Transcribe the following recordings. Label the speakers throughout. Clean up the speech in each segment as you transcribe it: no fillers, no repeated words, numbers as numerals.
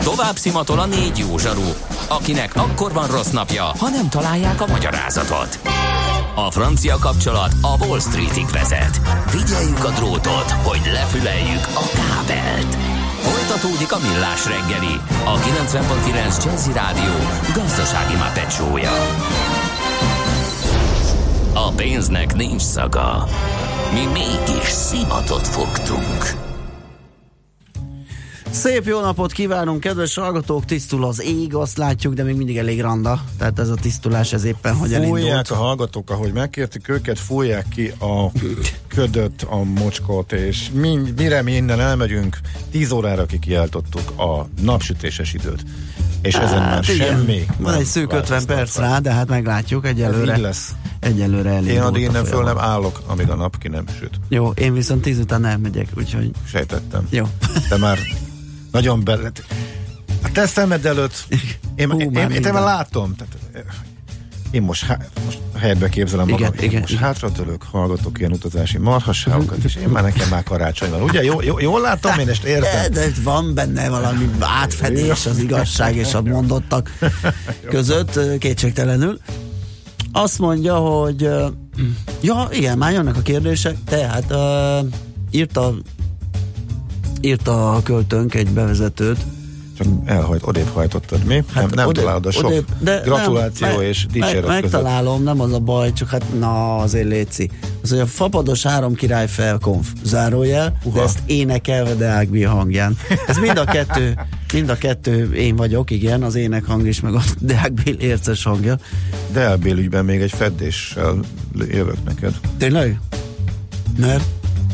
Speaker 1: Tovább szimatol a 4 jó zsaru, akinek akkor van rossz napja, ha nem találják a magyarázatot. A francia kapcsolat a Wall Streetig vezet. Figyeljük a drótot, hogy lefüleljük a kábelt. Folytatódik a Millás reggeli, a 90.9 Jazzy Rádió gazdasági mápecsója. A pénznek nincs szaga. Mi mégis szimatot fogtunk.
Speaker 2: Szép jó napot kívánunk, kedves hallgatók, tisztul az ég, azt látjuk, de még mindig elég randa, tehát ez a tisztulás ez éppen, hogy elindult.
Speaker 3: Fújják a hallgatók, ahogy megkértük őket, fújják ki a ködöt, a mocskot, és mire mi innen elmegyünk, 10 órára kikiáltottuk a napsütéses időt. És ezen már
Speaker 2: igen.
Speaker 3: semmi.
Speaker 2: Van egy szűk 50 perc rá, de hát meglátjuk egyelőre.
Speaker 3: Ez így lesz.
Speaker 2: Egyelőre elindult.
Speaker 3: Én addig innen föl nem állok, amíg a nap ki nem süt.
Speaker 2: Jó, én viszont 10 után elmegyek, úgyhogy...
Speaker 3: Sejtettem.
Speaker 2: Jó.
Speaker 3: De már nagyon a te szemed előtt én már látom. Tehát, én most helyetbe képzelem magam. Én most hátradőlök, hallgatok ilyen utazási marhasságokat, és én már nekem már karácsony van. Ugye? Jól látom, én ezt értem.
Speaker 2: De van benne valami átfedés az igazság és a mondottak között, kétségtelenül. Azt mondja, hogy ja, igen, már jönnek a kérdések, tehát írta a költőnk egy bevezetőt.
Speaker 3: Csak odébb hajtottad, mi? Hát nem találod a sok gratuláció nem, és dicséret között.
Speaker 2: Megtalálom, nem az a baj, csak hát azért létszi. Az, hogy a fapados áramkirály felkonf, zárójel, de ezt énekelve Deák Bill hangján. Ez mind a kettő én vagyok, igen, az énekhang is, meg a Deák Bill érces hangja.
Speaker 3: Deák Bill ügyben még egy feddéssel jövök neked.
Speaker 2: Tényleg? Mert?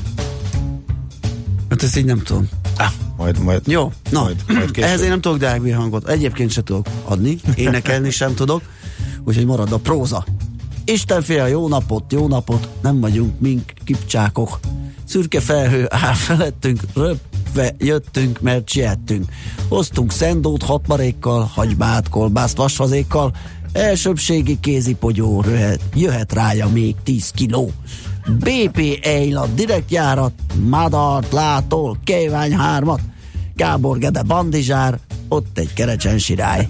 Speaker 2: Hát ezt így nem tudom.
Speaker 3: Majd.
Speaker 2: Jó, na,
Speaker 3: majd
Speaker 2: ehhez én nem tudok Deák Bill hangot. Egyébként se tudok adni, énekelni sem tudok, úgyhogy marad a próza. Istenfél, jó napot, nem vagyunk mink kipcsákok. Szürke felhő áll felettünk, röpve jöttünk, mert siettünk. Hoztunk szendót 6 marékkal, hagymát, kolbászt, vasfazékkal, elsőbbségi kézipogyó jöhet rája még 10 kiló. BP Eilat direktjárat, Madart lától, Kévány 3-at, Gábor Gede bandizsár, ott egy kerecsen sirály.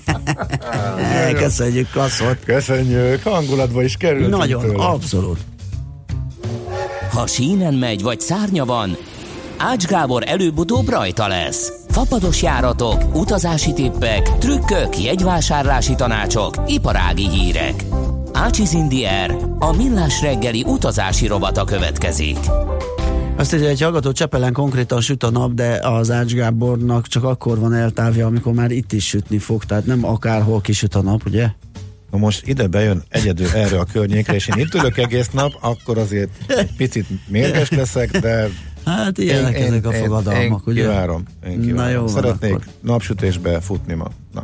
Speaker 2: Köszönjük, klassz volt.
Speaker 3: Köszönjük, hangulatba is került.
Speaker 2: Nagyon, tőle. Abszolút.
Speaker 1: Ha sínen megy, vagy szárnya van, Ács Gábor előbb-utóbb rajta lesz. Fapados járatok, utazási tippek, trükkök, jegyvásárlási tanácsok, iparági hírek. Ácsiz Indiér, a Millás reggeli utazási rovata következik.
Speaker 2: Azt írja egy hallgató, Csepelen konkrétan süt a nap, de az Ács Gábornak csak akkor van eltávja, amikor már itt is sütni fog, tehát nem akárhol kisüt a nap, ugye?
Speaker 3: Ha most ide bejön egyedül erre a környékre, és én itt ülök egész nap, akkor azért egy picit mérges leszek, de
Speaker 2: hát ilyenek ezek a fogadalmak, ugye?
Speaker 3: Én kívárom.
Speaker 2: Na jó,
Speaker 3: szeretnék napsütésbe futni ma. Na.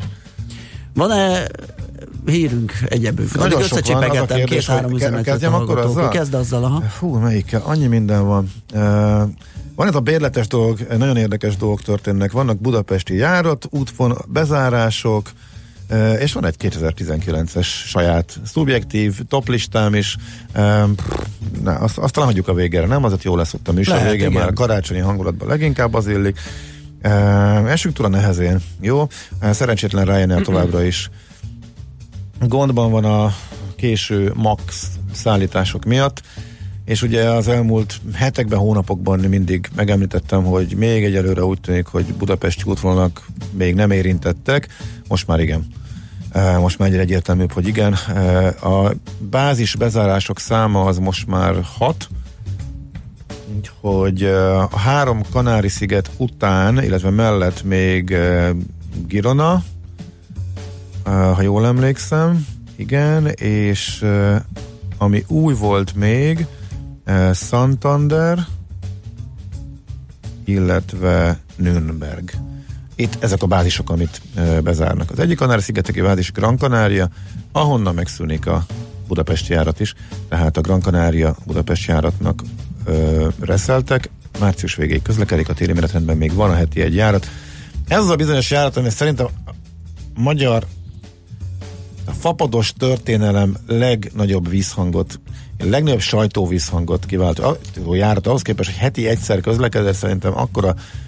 Speaker 2: Van-e hírünk, egyebünk?
Speaker 3: Nagyon sok van, az a kérdés, hogy kezdjem akkor azzal?
Speaker 2: Kezd azzal, aha.
Speaker 3: Fú, melyikkel? Annyi minden van. Van ez a bérletes dolog, nagyon érdekes dolgok történnek. Vannak budapesti járat, útvonal, bezárások, és van egy 2019-es saját szubjektív toplistám is. Azt talán hagyjuk a végére, nem? Azért jó lesz ott a műsor végén, már a karácsonyi hangulatban leginkább az illik. Esünk túl a nehezén, jó? Szerencsétlen Ryanair továbbra is gondban van a késő MAX szállítások miatt, és ugye az elmúlt hetekben, hónapokban mindig megemlítettem, hogy még egyelőre úgy tűnik, hogy budapesti útvonalak még nem érintettek, most már igen. Most már egyre egyértelműbb, hogy igen. A bázis bezárások száma az most már 6, hogy a 3 Kanári-sziget után, illetve mellett még Girona, ha jól emlékszem, igen, és ami új volt még, Santander, illetve Nürnberg. Itt ezek a bázisok, amit bezárnak. Az egyik Kanári-szigeteki bázis Gran Canaria, ahonnan megszűnik a budapesti járat is, tehát a Gran Canaria Budapest járatnak reszeltek, március végéig közlekedik, a téli menetrendben még van a heti egy járat. Ez az a bizonyos járat, ami szerintem a fapados történelem legnagyobb vízhangot, legnagyobb sajtóvízhangot kiváltó járat, ahhoz képest, hogy heti egyszer közlekedett, szerintem akkora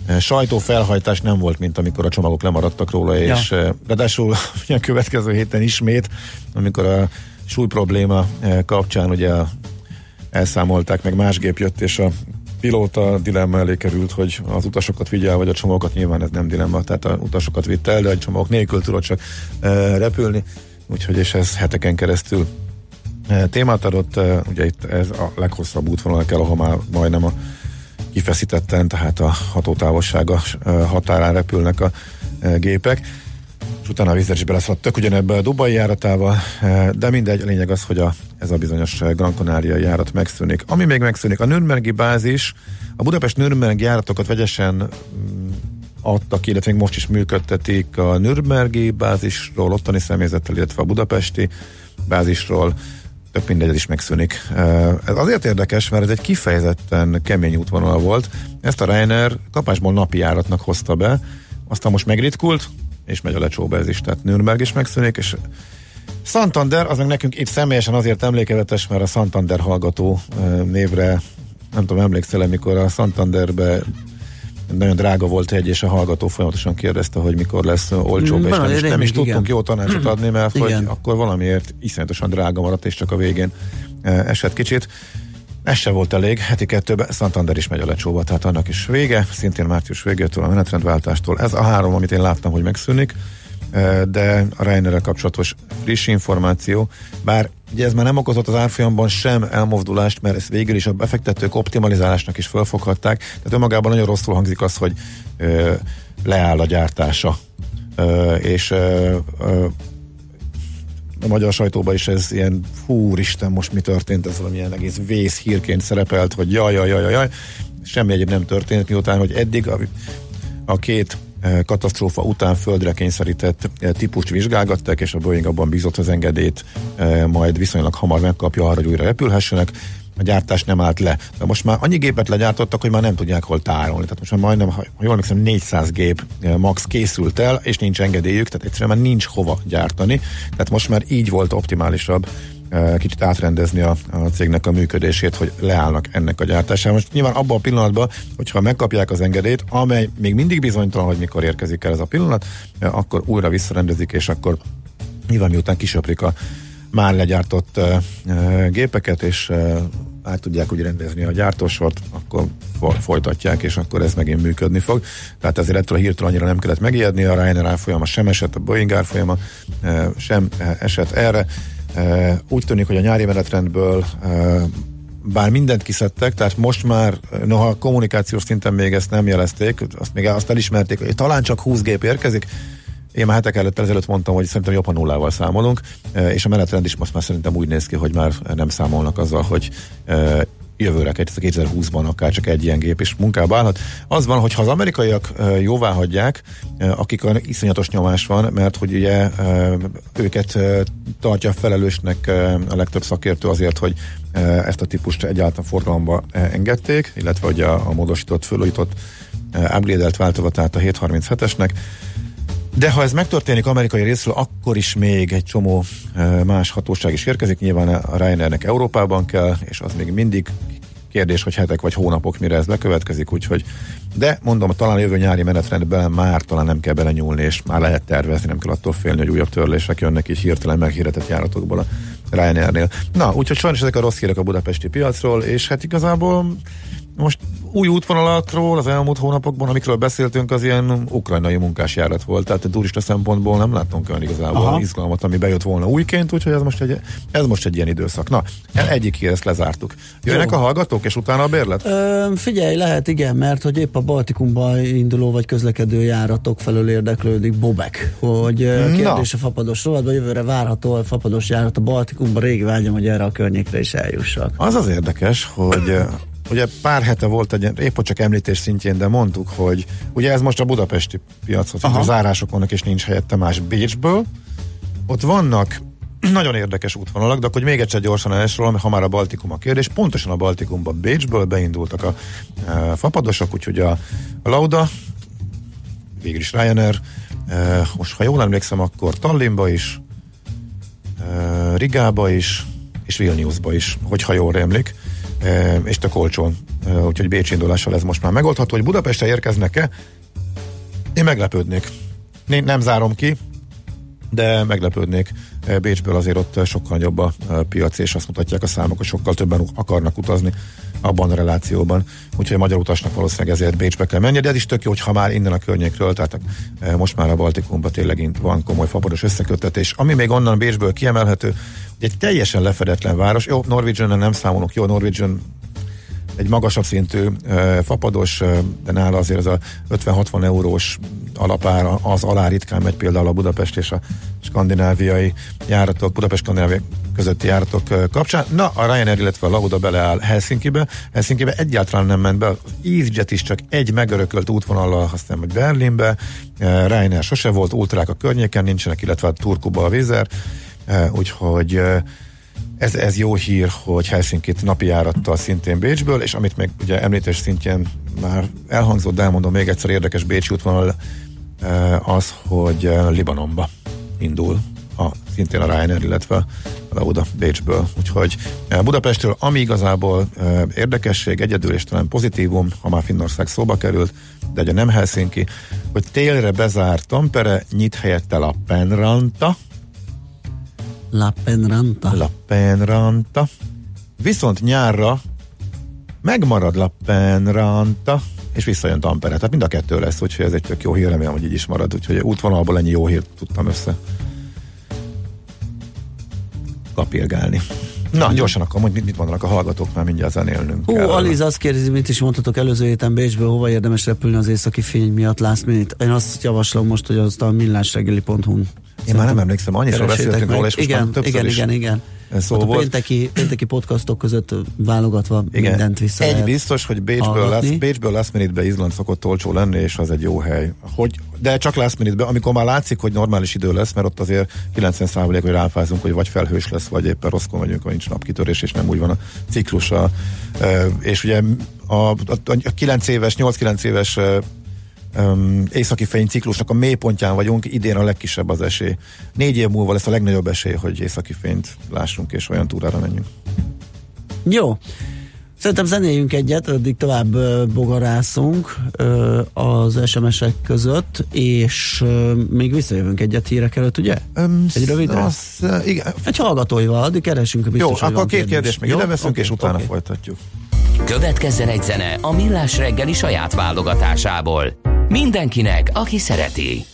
Speaker 3: sajtófelhajtás nem volt, mint amikor a csomagok lemaradtak róla, és ráadásul a következő héten ismét, amikor a súly probléma kapcsán ugye elszámolták, meg más gép jött, és a pilóta dilemma elé került, hogy az utasokat vigyel, vagy a csomagokat, nyilván ez nem dilemma, tehát a utasokat vitte el, de a csomagok nélkül tudott csak repülni, úgyhogy és ez heteken keresztül témát adott, ugye itt ez a leghosszabb útvonal kell, ahol már majdnem a kifeszítetten, tehát a hatótávolsága határán repülnek a gépek, és utána a vízzel is beleszaladtak ugyanebbe a Dubai járatával, de mindegy, a lényeg az, hogy ez a bizonyos Gran Canaria járat megszűnik. Ami még megszűnik, a Nürnbergi bázis, a Budapest-Nürnberg járatokat vegyesen adtak, illetve még most is működtetik a Nürnbergi bázisról, ottani személyzettel, illetve a budapesti bázisról, tök mindegy, ez is megszűnik. Ez azért érdekes, mert ez egy kifejezetten kemény útvonal volt. Ezt a Ryanair kapásból napi járatnak hozta be, aztán most megritkult, és megy a lecsóba ez is, tehát Nürnberg is megszűnik, és Santander, az meg nekünk itt személyesen azért emlékezetes, mert a Santander hallgató névre, nem tudom, emlékszel, mikor a Santanderbe nagyon drága volt egy, és a hallgató folyamatosan kérdezte, hogy mikor lesz olcsóbb, és nem is tudtunk jó tanácsot adni, mert hogy akkor valamiért iszonyatosan drága maradt, és csak a végén esett kicsit. Ez se volt elég, heti 2-ben Santander is megy a lecsóba, tehát annak is vége, szintén március végétől, a menetrendváltástól. Ez a 3, amit én láttam, hogy megszűnik, de a Ryanair-rel kapcsolatos friss információ, bár ugye ez már nem okozott az árfolyamban sem elmozdulást, mert ezt végül is a befektetők optimalizálásnak is felfoghatták, tehát önmagában nagyon rosszul hangzik az, hogy leáll a gyártása, és a magyar sajtóban is ez ilyen, úristen, most mi történt, ez valamilyen egész vészhírként szerepelt, hogy jaj, semmi egyéb nem történt, miután, hogy eddig a két katasztrófa után földre kényszerített típust vizsgálgatták, és a Boeing abban bízott, az engedélyt majd viszonylag hamar megkapja arra, hogy újra repülhessenek. A gyártás nem állt le. De most már annyi gépet legyártottak, hogy már nem tudják hol tárolni. Tehát most már majdnem, ha jól emlékszem, 400 gép max készült el, és nincs engedélyük, tehát egyszerűen már nincs hova gyártani. Tehát most már így volt optimálisabb kicsit átrendezni a cégnek a működését, hogy leállnak ennek a gyártására. Most nyilván abban a pillanatban, hogyha megkapják az engedélyt, amely még mindig bizonytalan, hogy mikor érkezik el ez a pillanat, akkor újra visszarendezik, és akkor nyilván miután kisöprik a már legyártott gépeket, és át tudják úgy rendezni a gyártósort, akkor folytatják, és akkor ez megint működni fog. Tehát ezért ettől a hírtől annyira nem kellett megijedni, a Ryanair árfolyama sem esett, a Boeing árfolyama sem esett erre. Úgy tűnik, hogy a nyári menetrendből bár mindent kiszedtek, tehát most már, noha kommunikációs szinten még ezt nem jelezték, azt elismerték, hogy talán csak 20 gép érkezik. Én már hetek ezelőtt mondtam, hogy szerintem jobb, ha nullával számolunk, és a menetrend is most már szerintem úgy néz ki, hogy már nem számolnak azzal, hogy jövőre 2020-ban akár csak egy ilyen gép is munkába állhat. Az van, hogy ha az amerikaiak jóvá hagyják, akikon iszonyatos nyomás van, mert hogy ugye őket tartja felelősnek a legtöbb szakértő azért, hogy ezt a típust egyáltalán forgalomba engedték, illetve hogy a módosított, fölújított, upgrade-elt változatát a 737-esnek. De ha ez megtörténik amerikai részről, akkor is még egy csomó más hatóság is érkezik. Nyilván a Ryanairnek Európában kell, és az még mindig kérdés, hogy hetek vagy hónapok, mire ez bekövetkezik, úgyhogy, de mondom, talán a jövő nyári menetrendben már talán nem kell belenyúlni, és már lehet tervezni, nem kell attól félni, hogy újabb törlések jönnek így hirtelen meghirdetett járatokból a Ryanairnél. Na, úgyhogy sajnos ezek a rossz hírek a budapesti piacról, és hát igazából most új útvonalakról az elmúlt hónapokban, amikről beszéltünk, az ilyen ukrajnai munkásjárat volt, tehát a turista szempontból nem láttunk olyan igazából izgalmat, ami bejött volna újként, úgyhogy ez most egy ilyen időszak. Na, egyik hír, ezt lezártuk. Jönnek a hallgatók, és utána a bérlet?
Speaker 2: Figyelj, lehet igen, mert hogy épp a Baltikumba induló vagy közlekedő járatok felől érdeklődik Bobek, hogy kérdés a fapados rovatban, jövőre várható a fapados járat a Baltikumba, régi vágyam, hogy erre a környékre is eljussak.
Speaker 3: Az érdekes, hogy ugye pár hete volt épp csak említés szintjén, de mondtuk, hogy ugye ez most a budapesti piacot, a zárások vannak, és nincs helyette más Bécsből. Ott vannak nagyon érdekes útvonalak, de akkor még egyszer gyorsan elsőről, ha már a Baltikum a kérdés, pontosan a Baltikumban Bécsből beindultak a fapadosok, úgyhogy a Lauda, végül is Ryanair, most ha jól emlékszem, akkor Tallinnba is, Rigába is, és Vilniusba is, hogyha jól rémlik. és tök olcsón, úgyhogy Bécs indulással ez most már megoldható. Hogy Budapestre érkeznek-e? Én meglepődnék. Nem zárom ki, de meglepődnék. Bécsből azért ott sokkal jobb a piac, és azt mutatják a számok, hogy sokkal többen akarnak utazni abban a relációban. Úgyhogy a magyar utasnak valószínűleg ezért Bécsbe kell menni, de ez is tök jó, hogyha már innen a környékről, tehát most már a Baltikumban tényleg van komoly fapados összeköttetés. Ami még onnan Bécsből kiemelhető, hogy egy teljesen lefedetlen város. Jó, Norwegian-en nem számolunk, jó, Norwegian egy magasabb szintű fapados, de nála azért ez a 50-60 eurós alapár, az alá ritkán megy például a Budapest és a skandináviai járatok, Budapest-Skandinávia közötti járatok kapcsán. Na, a Ryanair, illetve a Lauda beleáll Helsinkibe. Helsinkibe egyáltalán nem ment be. Az EasyJet is csak egy megörökölt útvonallal, aztán vagy Berlinbe. Ryanair sose volt, ultrák a környéken nincsenek, illetve a Turkuba a Wizz, úgyhogy ez jó hír, hogy Helsinkit napi járattal szintén Bécsből, és amit még ugye említés szintjén már elhangzott, de elmondom még egyszer, érdekes bécsi útvonal az, hogy Libanonba indul szintén a Ryanair, illetve a Lauda Bécsből. Úgyhogy Budapestről, ami igazából érdekesség, egyedül és talán pozitívum, ha már Finnország szóba került, de ugye nem Helsinki, hogy télre bezárt Tampere, nyit helyette Lappeenranta, Lappeenranta. Viszont nyárra megmarad Lappeenranta, és visszajön Tampere. Tehát mind a kettő lesz, úgyhogy ez egy tök jó hír, remélem, hogy így is marad. Úgyhogy útvonalból ennyi jó hírt tudtam össze kapirgálni. Na, gyorsan akkor, mit mondanak a hallgatók, már mindjárt zenélnünk.
Speaker 2: Aliz azt kérdezi, mit is mondhatok előző héten Bécsből, hova érdemes repülni az északi fény miatt last minute. Én azt javaslom most, hogy azt a millásreggeli.hu-n
Speaker 3: én már nem emlékszem, annyiszor beszéltünk róla, és most
Speaker 2: igen,
Speaker 3: már többször
Speaker 2: igen.
Speaker 3: Szó
Speaker 2: a
Speaker 3: volt.
Speaker 2: pénteki podcastok között válogatva mindent vissza.
Speaker 3: Egy biztos, hogy Bécsből last minute-be Izland szokott olcsó lenni, és az egy jó hely. De csak last minute-be, amikor már látszik, hogy normális idő lesz, mert ott azért 90% hogy ráfázunk, hogy vagy felhős lesz, vagy éppen rosszkon vagyunk, vagy nincs napkitörés, és nem úgy van a ciklusa. És ugye a 8-9 éves északi fényciklusnak a mélypontján vagyunk, idén a legkisebb az esély. 4 év múlva lesz a legnagyobb esély, hogy északi fényt lássunk, és olyan túrára menjünk.
Speaker 2: Jó. Szerintem zenéljünk egyet, addig tovább bogarászunk az SMS-ek között, és még visszajövünk egyet hírek előtt, ugye? Egy rövidre?
Speaker 3: Igen.
Speaker 2: Egy hallgatóival, addig keresünk a biztos.
Speaker 3: Jó, akkor 2 kérdést még ide veszünk, és utána folytatjuk.
Speaker 1: Következzen egy zene a Millás reggeli saját válogatásából. Mindenkinek, aki szereti.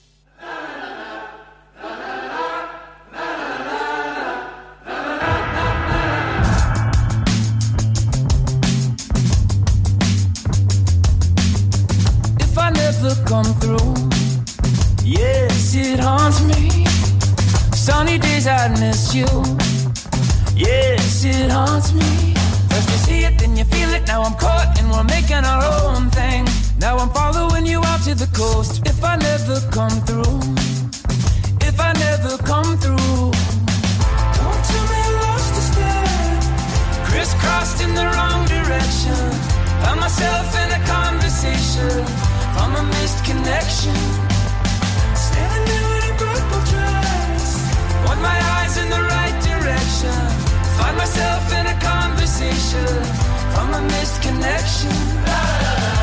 Speaker 4: If I never come through, yes, it haunts me. Sunny days I miss you, yes, it haunts me. First you see it, then you feel it. Now I'm caught and we're making our own thing. Now I'm following you out to the coast. If I never come through, if I never come through, don't tell me I lost a step. Crisscrossed in the wrong direction. Found myself in a conversation from a missed connection. Standing there in a purple dress. Want my eyes in the right direction. Find myself in a conversation from a missed connection. La, la, la.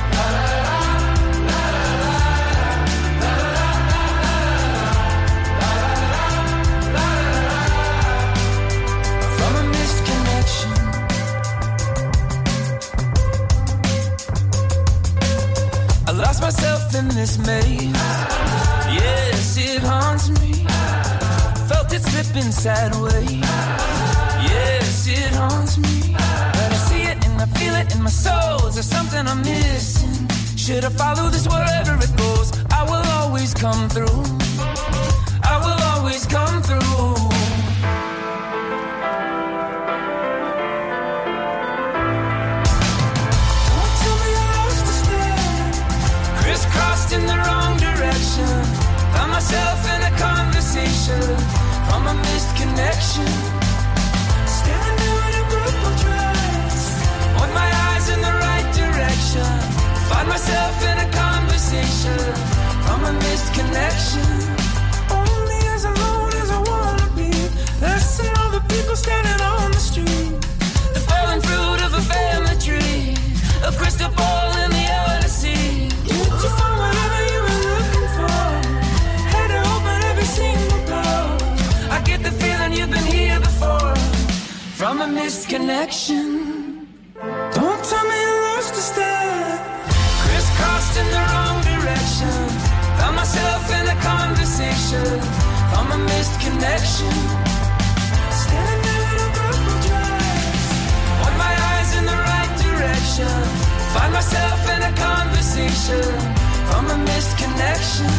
Speaker 4: From a missed connection. I lost myself in this maze. Yes, it haunts me. Felt it slipping sideways. Yes, it haunts me. But I see it and I feel it in my soul. Is there something I'm missing? Should I follow this wherever it goes? I will always come through. I will always come through. Don't tell me I lost a step. Crisscrossed in the wrong direction. Found myself in a conversation from a missed connection. Standing there in a purple dress. Want my eyes in the right direction. Find myself in a conversation from a missed connection. Only as alone as I wanna be. Less than all the people standing on the street. They're falling through connection. Don't tell me I lost a step. Crisscrossed in the wrong direction. Found myself in a conversation. Found a missed connection. Standing there in a purple dress. Want my eyes in the right direction. Find myself in a conversation. From a missed connection.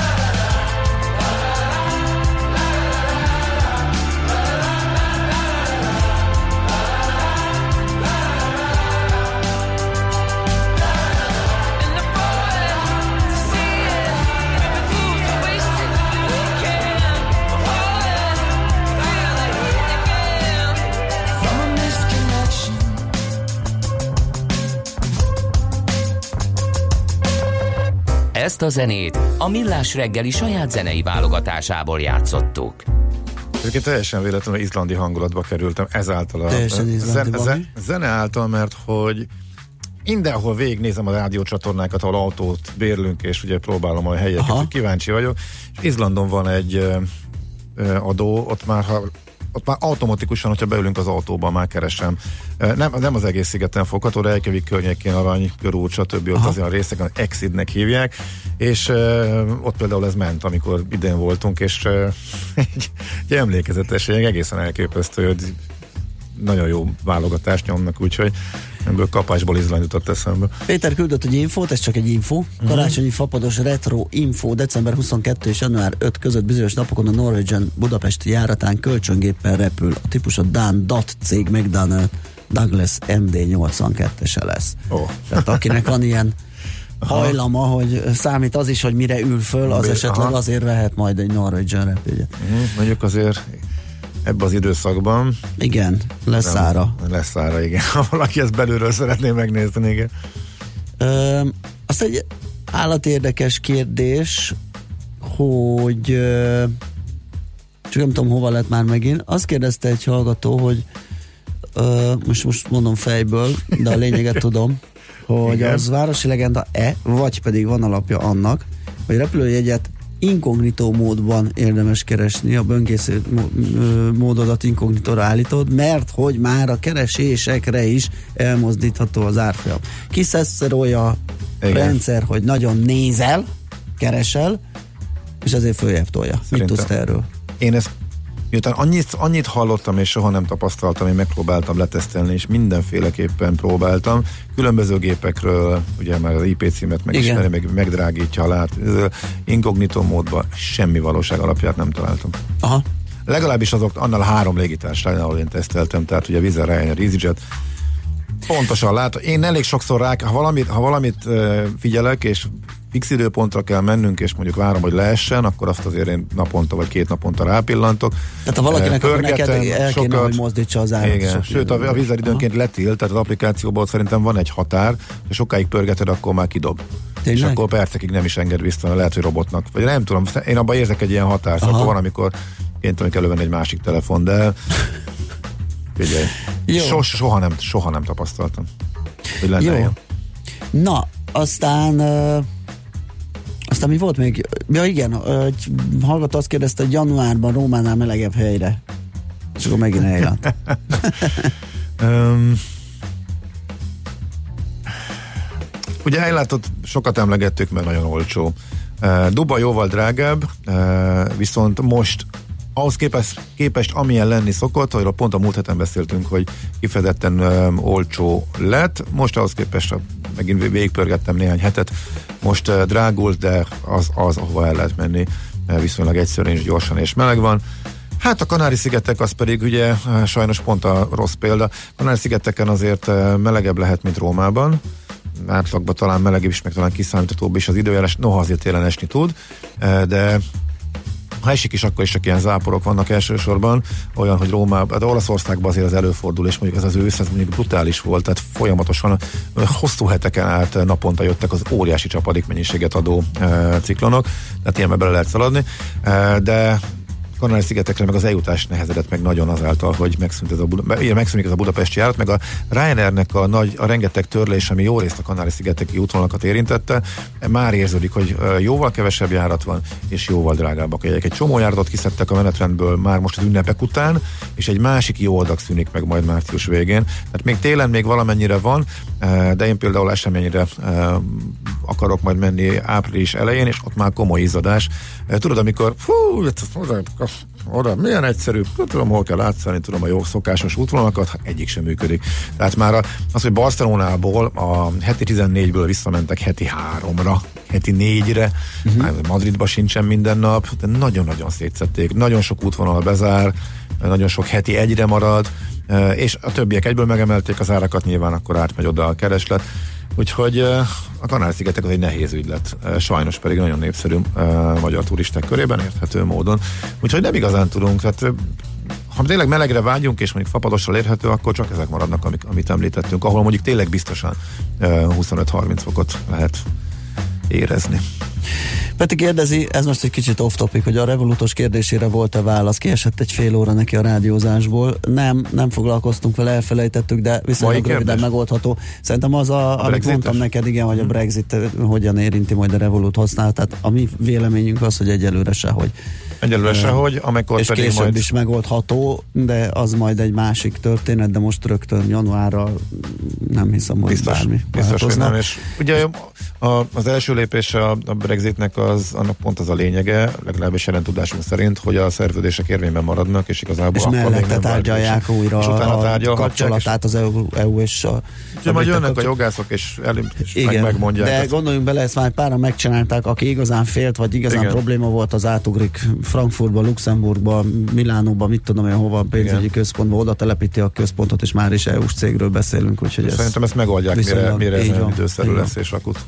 Speaker 1: Ezt a zenét a Millás reggeli saját zenei válogatásából játszottuk.
Speaker 3: Egyébként teljesen véletlenül izlandi hangulatba kerültem ezáltal a zene által, mert hogy mindenhol végignézem a rádiócsatornákat, ahol autót bérlünk, és ugye próbálom a helyeket, hogy kíváncsi vagyok. És Izlandon van egy adó, ott már automatikusan, hogyha beülünk az autóba, már keresem. Nem az egész szigeten fogható, de Reykjavik környékén, Arany, Körút, stb. Ott azért a részeken Exidnek hívják, és ott például ez ment, amikor idén voltunk, és egy emlékezetesség, egészen elképesztő, hogy nagyon jó válogatást nyomnak, úgyhogy ebből kapásból Izland jutott eszembe.
Speaker 2: Péter küldött egy infót, ez csak egy info. Karácsonyi fapados retro info december 22 és január 5 között bizonyos napokon a Norwegian budapesti járatán kölcsöngéppel repül. A típus a Dán DAT cég McDonnell Douglas MD-82-ese lesz. Tehát akinek van ilyen hajlama, hogy számít az is, hogy mire ül föl, az esetleg azért vehet majd egy Norwegian repülőt.
Speaker 3: Mondjuk azért ebben az időszakban.
Speaker 2: Igen, lesz ára.
Speaker 3: Lesz ára, igen. Ha valaki ezt belülről szeretné megnézni, igen.
Speaker 2: Azt egy állatérdekes kérdés, hogy csak nem tudom, hova lett már megint. Azt kérdezte egy hallgató, hogy most mondom fejből, de a lényeget tudom, hogy igen. Az városi legenda-e, vagy pedig van alapja annak, hogy repülőjegyet inkognitó módban érdemes keresni, a böngésző módodat inkognitóra állítod, mert hogy már a keresésekre is elmozdítható az árfolyam. Kiszeszorolja a rendszer, hogy nagyon nézel, keresel, és ezért följebb tolja. Mit tudsz te erről?
Speaker 3: Én ezt miután annyit hallottam, és soha nem tapasztaltam, én megpróbáltam letesztelni, és mindenféleképpen próbáltam. Különböző gépekről, ugye már az IP címet megismeri, megdrágítja a inkognitó módban, semmi valóság alapját nem találtam.
Speaker 2: Aha.
Speaker 3: Legalábbis azok annál 3 légitársaságnál, ahol én teszteltem, tehát ugye Wizz Air, Ryanair, EasyJet, pontosan látom. Én elég sokszor ha valamit figyelek, és fix időpontra kell mennünk, és mondjuk várom, hogy leessen, akkor azt azért én naponta vagy 2 naponta rápillantok.
Speaker 2: Tehát ha valakinek akkor neked el kéne, hogy mozdítsa az árat.
Speaker 3: Igen, sőt a Wizz Air időnként letilt, tehát az applikációból szerintem van egy határ, és sokáig pörgeted, akkor már kidob. Tényleg? És akkor percekig nem is enged vissza, lehet, hogy robotnak. Vagy nem tudom, én abban érzek egy ilyen határt, akkor van, amikor én tudom, kell elővenni egy másik telefon, de figyelj, soha nem tapasztaltam, hogy lenne ilyen.
Speaker 2: Na, aztán mi volt még? Ja igen, egy hallgató azt kérdezte, hogy januárban Rómánál melegebb helyre. És akkor megint eljelent.
Speaker 3: Ugye ellátott, sokat emlegettük, mert nagyon olcsó. Dubaj jóval drágább, viszont most ahhoz képest amilyen lenni szokott, hogy pont a múlt héten beszéltünk, hogy kifejezetten olcsó lett, most ahhoz képest megint végigpörgettem néhány hetet, most drágult, de az ahova el lehet menni viszonylag egyszerűen és gyorsan és meleg van. Hát a Kanári-szigetek az pedig ugye sajnos pont a rossz példa. Kanári-szigeteken azért melegebb lehet, mint Rómában, átlagban talán melegebb is, meg talán kiszámíthatóbb is az időjárás, noha azért télen esni tud, de ha esik is, akkor is csak ilyen záporok vannak elsősorban, olyan, hogy Rómában, de Olaszországban azért az előfordul, és mondjuk ez az ősz, ez mondjuk brutális volt, tehát folyamatosan hosszú heteken át naponta jöttek az óriási csapadékmennyiséget adó ciklonok, tehát ilyenbe bele lehet szaladni, de Kanári-szigetekre meg az eljutás nehezedett meg nagyon azáltal, hogy megszűnik ez a budapesti járat, meg a Ryanairnek a rengeteg törlés, ami jó részt a Kanári-szigeteki útvonalakat érintette, már érződik, hogy jóval kevesebb járat van, és jóval drágábbak a jegyek. Egy csomó járatot kiszedtek a menetrendből már most az ünnepek után, és egy másik jó adag szűnik meg majd március végén. Tehát még télen még valamennyire van, de én például eseményre akarok majd menni április elején, és ott már komoly izzadás. Tudod, amikor oda milyen egyszerű, tudom, hol kell átszállni, tudom a jó szokásos útvonalakat, egyik sem működik. Tehát már az, hogy Barcelonából a heti 14-ből visszamentek heti 3-ra, heti 4-re, Madridba sincsen minden nap, de nagyon-nagyon szétszették, nagyon sok útvonal bezár, nagyon sok heti 1-re marad, és a többiek egyből megemelték az árakat, nyilván akkor átmegy oda a kereslet. Úgyhogy a Kanári-szigetek az egy nehéz ügylet, sajnos pedig nagyon népszerű magyar turisták körében, érthető módon. Úgyhogy nem igazán tudunk, tehát ha tényleg melegre vágyunk, és mondjuk fapadossal érhető, akkor csak ezek maradnak, amit említettünk, ahol mondjuk tényleg biztosan 25-30 fokot lehet érezni.
Speaker 2: Peti kérdezi, ez most egy kicsit off-topic, hogy a Revolutos kérdésére volt-e válasz, kiesett egy fél óra neki a rádiózásból. Nem foglalkoztunk vele, elfelejtettük, de viszonylag röviden megoldható. Szerintem az, amit mondtam neked, igen, hogy a Brexit hogyan érinti majd a Revolut használatát. A mi véleményünk az, hogy egyelőre sehogy.
Speaker 3: Egyelőre sehogy, amikor
Speaker 2: és pedig később majd is megoldható, de az majd egy másik történet, de most rögtön januárra nem hiszem, hogy bármi
Speaker 3: biztos, hogy nem. És ugye az első lépés a Brexitnek annak pont az a lényege, legalábbis jelen tudásunk szerint, hogy a szerződések érvényben maradnak, és igazából
Speaker 2: és mellette tárgyalják újra a kapcsolatát az EU és a...
Speaker 3: Úgyhogy majd jönnek a jogászok, és megmondják.
Speaker 2: De gondoljunk bele, ezt már páran megcsinálták, aki igazán félt, vagy igazán probléma volt, az átugrik Frankfurtba, Luxemburgba, Milánóba, mit tudom én hova, pénzügyi központba, oda telepíti a központot, és már is EU-s cégről beszélünk, úgyhogy
Speaker 3: szerintem ezt megoldják, mire ez nem időszerű lesz és akut.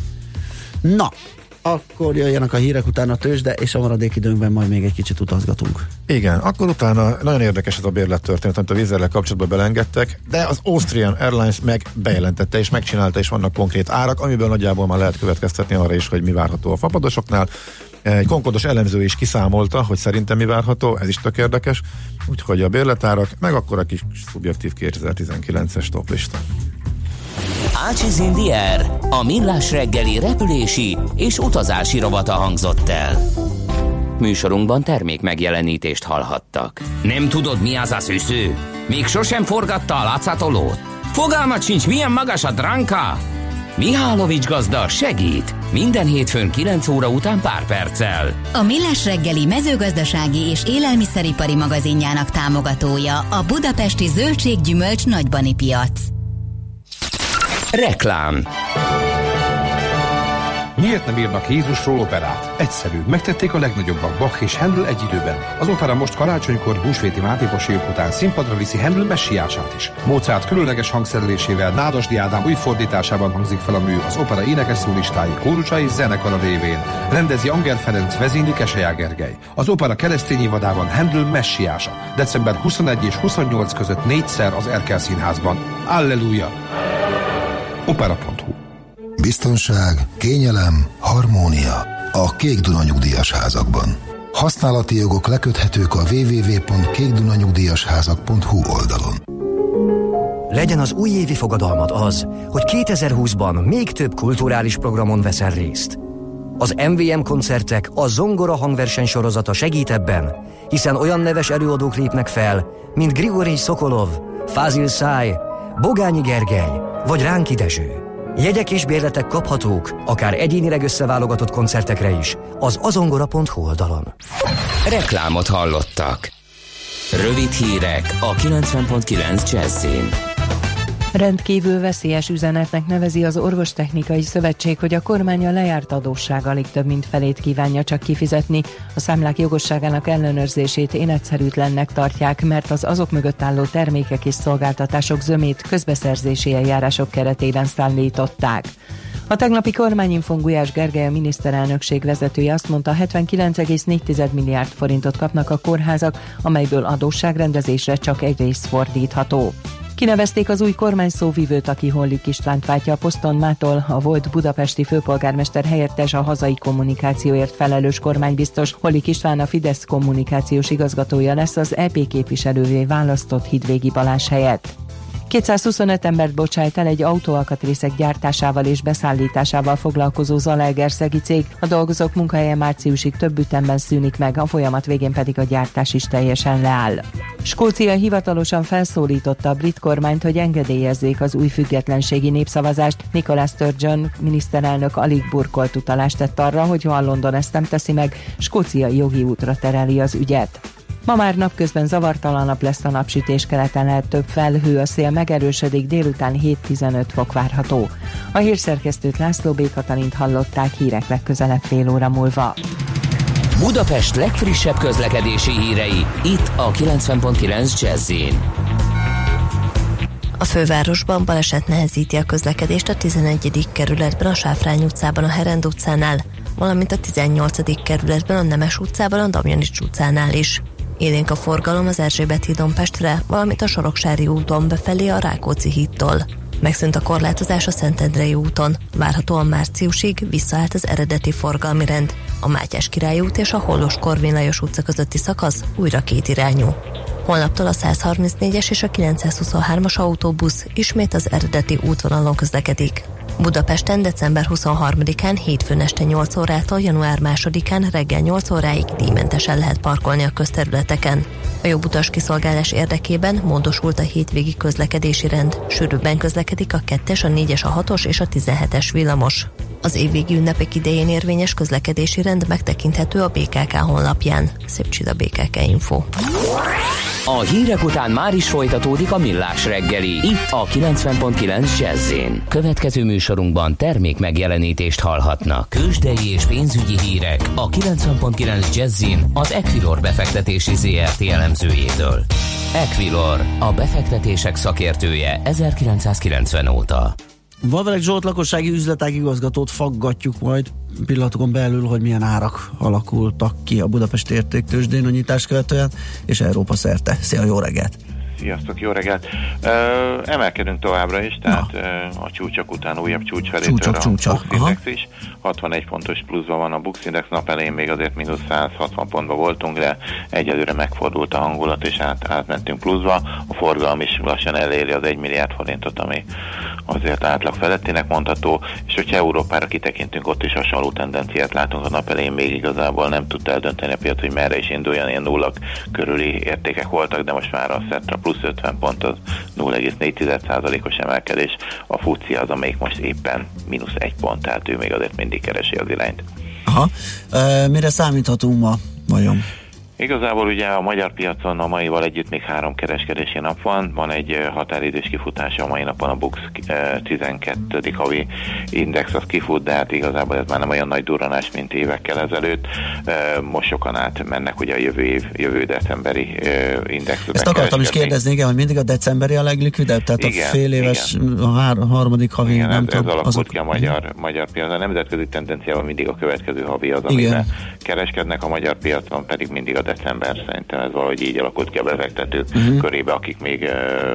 Speaker 2: Na, akkor jöjjenek a hírek, utána a tőzsde, és a maradék időnkben majd még egy kicsit utazgatunk.
Speaker 3: Igen, akkor utána nagyon érdekes ez a bérlettörténet, amit a vízzel kapcsolatban belengedtek, de az Austrian Airlines meg bejelentette és megcsinálta, és vannak konkrét árak, amiből nagyjából már lehet következtetni arra is, hogy mi várható a fapadosoknál. Egy konkordos elemző is kiszámolta, hogy szerintem mi várható, ez is tök érdekes, úgyhogy a bérletárak, meg akkor a kis szubjektív 2019-es toplista.
Speaker 1: Ácsiz Indiér, a millás reggeli repülési és utazási rovata hangzott el. Műsorunkban termék megjelenítést hallhattak. Nem tudod, mi az a szűző? Még sosem forgatta a látszatolót? Fogalmat sincs, milyen magas a dránka? Mihálovics gazda segít! Minden hétfőn 9 óra után pár perccel.
Speaker 5: A Millás reggeli mezőgazdasági és élelmiszeripari magazinjának támogatója a budapesti zöldség-gyümölcs nagybani piac.
Speaker 1: Reklám.
Speaker 6: Miért nem írnak Jézusról operát? Egyszerű, megtették a legnagyobbak, Bach és Handel egy időben. Az opera most karácsonykor húsvéti mátékosíjuk után színpadra viszi Handel messiását is. Mozart különleges hangszerelésével Nádasdy Ádám új fordításában hangzik fel a mű, az opera énekes szólistái, kórusai, zenekara révén. Rendezi Anger Ferenc, vezényli Keselyák Gergely. Az opera keresztény évadában Handel messiása. December 21 és 28 között 4-szer az Erkel Színházban. Alleluja! Opera.hu.
Speaker 7: Biztonság, kényelem, harmónia a Kék Duna nyugdíjas házakban. Használati jogok leköthetők a www.kékdunanyugdíjasházak.hu oldalon.
Speaker 8: Legyen az újévi fogadalmad az, hogy 2020-ban még több kulturális programon veszel részt. Az MVM koncertek, a Zongora hangverseny sorozata segít ebben, hiszen olyan neves előadók lépnek fel, mint Grigorij Szokolov, Fázil Száj, Bogányi Gergely vagy Ránki Dezső. Jegyek és bérletek kaphatók, akár egyénileg összeválogatott koncertekre is, az azongora.hu oldalon.
Speaker 1: Reklámot hallottak. Rövid hírek a 90.9 Jazzin.
Speaker 9: Rendkívül veszélyes üzenetnek nevezi az Orvostechnikai Szövetség, hogy a kormány a lejárt adósság alig több mint felét kívánja csak kifizetni. A számlák jogosságának ellenőrzését életszerűtlennek tartják, mert az azok mögött álló termékek és szolgáltatások zömét közbeszerzési eljárások keretében szállították. A tegnapi kormányinfón Gulyás Gergely, a miniszterelnökség vezetője azt mondta, 79,4 milliárd forintot kapnak a kórházak, amelyből adósságrendezésre csak egy rész fordítható. Kinevezték az új kormány szóvivőt, aki Hollik Istvánt váltja a poszton, mától a volt budapesti főpolgármester helyettes, a hazai kommunikációért felelős kormánybiztos. Hollik István a Fidesz kommunikációs igazgatója lesz az EP képviselővé választott Hidvégi Balázs helyett. 225 embert bocsájt el egy autóalkatrészek gyártásával és beszállításával foglalkozó zalaegerszegi cég. A dolgozók munkahelye márciusig több ütemben szűnik meg, a folyamat végén pedig a gyártás is teljesen leáll. Skócia hivatalosan felszólította a brit kormányt, hogy engedélyezzék az új függetlenségi népszavazást. Nicola Sturgeon miniszterelnök alig burkolt utalást tett arra, hogy ha London ezt nem teszi meg, skóciai jogi útra tereli az ügyet. Ma már napközben zavartalanabb lesz a napsütés, keleten lehet több felhő, a szél megerősödik, délután 7-15 fok várható. A hírszerkesztőt, László B. Katalint hallották, hírek legközelebb fél óra múlva.
Speaker 1: Budapest legfrissebb közlekedési hírei, itt a 90.9 Jazz-in.
Speaker 10: A fővárosban baleset nehezíti a közlekedést a 11. kerületben, a Sáfrány utcában, a Herend utcánál, valamint a 18. kerületben, a Nemes utcában, a Damjanics utcánál is. Élénk a forgalom az Erzsébet hídon Pestre, valamint a Soroksári úton befelé a Rákóczi hídtól. Megszűnt a korlátozás a Szentendrei úton, várhatóan márciusig visszaállt az eredeti forgalmi rend. A Mátyás Király út és a Hollós Korvin Lajos utca közötti szakasz újra kétirányú. Holnaptól a 134-es és a 923-as autóbusz ismét az eredeti útvonalon közlekedik. Budapesten december 23-án hétfőn este 8 órától január 2-án reggel 8 óráig díjmentesen lehet parkolni a közterületeken. A jobb utas kiszolgálás érdekében módosult a hétvégi közlekedési rend. Sűrűbben közlekedik a 2-es, a 4-es, a 6-os és a 17-es villamos. Az évvégi ünnepek idején érvényes közlekedési rend megtekinthető a BKK honlapján. Szép csida BKK Info.
Speaker 1: A hírek után már is folytatódik a Millás reggeli, itt a 90.9 Jazz-in. Következő műsorunkban termék megjelenítést hallhatnak. Kősdei és pénzügyi hírek a 90.9 Jazz-in az Equilor befektetési ZRT elemzőjétől. Equilor, a befektetések szakértője 1990 óta.
Speaker 2: Vavreg Zsolt lakossági üzletág igazgatót faggatjuk majd pillanatokon belül, hogy milyen árak alakultak ki a Budapesti Értéktőzsdén a nyitás követően, és Európa szerte. Szia, jó reggelt!
Speaker 11: Sziasztok, jó reggelt! Emelkedünk továbbra is, tehát a csúcsok után újabb csúcs felé tör a Bux Index is. 61 pontos pluszban van a Bux Index, nap elején még azért mínusz 160 pontban voltunk, de egyelőre megfordult a hangulat, és átmentünk pluszba. A forgalom is lassan eléri az 1 milliárd forintot, ami azért átlag felettének mondható, és hogyha Európára kitekintünk, ott is hasonló tendenciát látunk. A nap elején még igazából nem tudta eldönteni a piac, hogy merre is induljon, ilyen nullak körüli értékek voltak, de most már a Szetra plusz 50 pont, az 0,4%-os emelkedés. A FUCI az, amelyik most éppen mínusz 1 pont, tehát ő még azért mindig keresi az irányt.
Speaker 2: Aha. Mire számíthatunk ma, vajon?
Speaker 11: Igazából ugye a magyar piacon a maival együtt még 3 kereskedési nap van. Van egy határidős kifutása a mai napon, a Bux 12. havi index az kifut, de hát igazából ez már nem olyan nagy durranás, mint évekkel ezelőtt. Most sokan átmennek ugye a jövő decemberi indexbe.
Speaker 2: Ezt akartam is kérdezni, igen, hogy mindig a decemberi a leglikvidebb, tehát igen, a fél éves, igen. A harmadik havi,
Speaker 11: igen,
Speaker 2: nem
Speaker 11: tudom. Ez alakult ki a magyar piac. A nemzetközi tendenciában mindig a következő havi az, amiben kereskednek, a magyar piacon pedig mindig a december, szerintem ez valahogy így alakult ki a befektetők körébe, akik még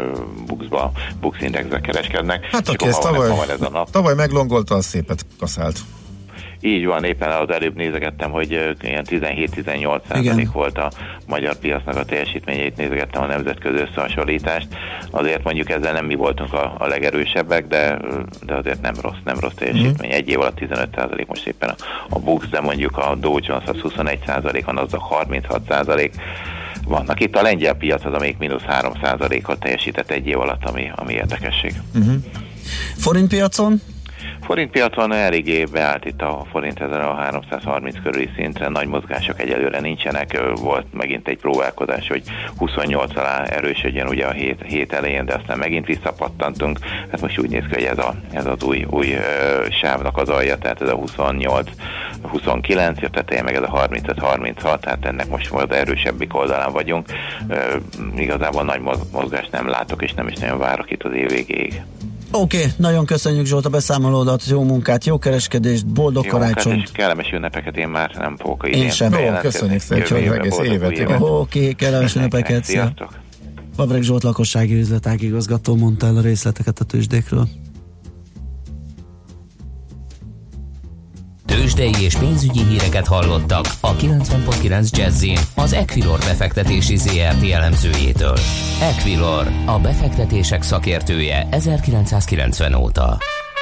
Speaker 11: Bux Indexbe kereskednek.
Speaker 3: Hát aki ezt tavaly meglongolta, az szépet kaszált.
Speaker 11: Így van, éppen az előbb nézegettem, hogy ilyen 17-18% volt a magyar piacnak a teljesítményét, nézegettem a nemzetközi összehasonlítást. Azért mondjuk ezzel nem mi voltunk a legerősebbek, de azért nem rossz teljesítmény. Egy év alatt 15%, most éppen a Bux, de mondjuk a Dow Jones az 21%, a Nasdaq 36%. Vannak itt a lengyel piac az, amelyik mínusz 3%-ot teljesített egy év alatt, ami érdekesség.
Speaker 2: Forintpiacon?
Speaker 11: Forintpiacon eléggé beállt itt a forint ezen a 330 körüli szintre, nagy mozgások egyelőre nincsenek, volt megint egy próbálkozás, hogy 28 alá erősödjön ugye a hét elején, de aztán megint visszapattantunk, hát most úgy néz ki, hogy ez az új sávnak az alja, tehát ez a 28-29, a teteje meg ez a 35-36, tehát ennek most az erősebbik oldalán vagyunk, igazából nagy mozgást nem látok, és nem is nagyon várok itt az év végéig.
Speaker 2: Oké, nagyon köszönjük Zsolt a beszámolódat, jó munkát, jó kereskedést, boldog karácsonyt.
Speaker 11: Kellemes ünnepeket én már nem fogok idén.
Speaker 3: Én sem. Köszönjük szépen, hogy egész évet.
Speaker 2: Oké, kellemes ünnepeket.
Speaker 11: Sziasztok.
Speaker 2: Pavreg Zsolt lakossági üzletág igazgató mondta el a részleteket a tőzsdékről.
Speaker 1: Tőzsdei és pénzügyi híreket hallottak a 90.9 Jazzin az Equilor befektetési ZRT elemzőjétől. Equilor, a befektetések szakértője 1990 óta.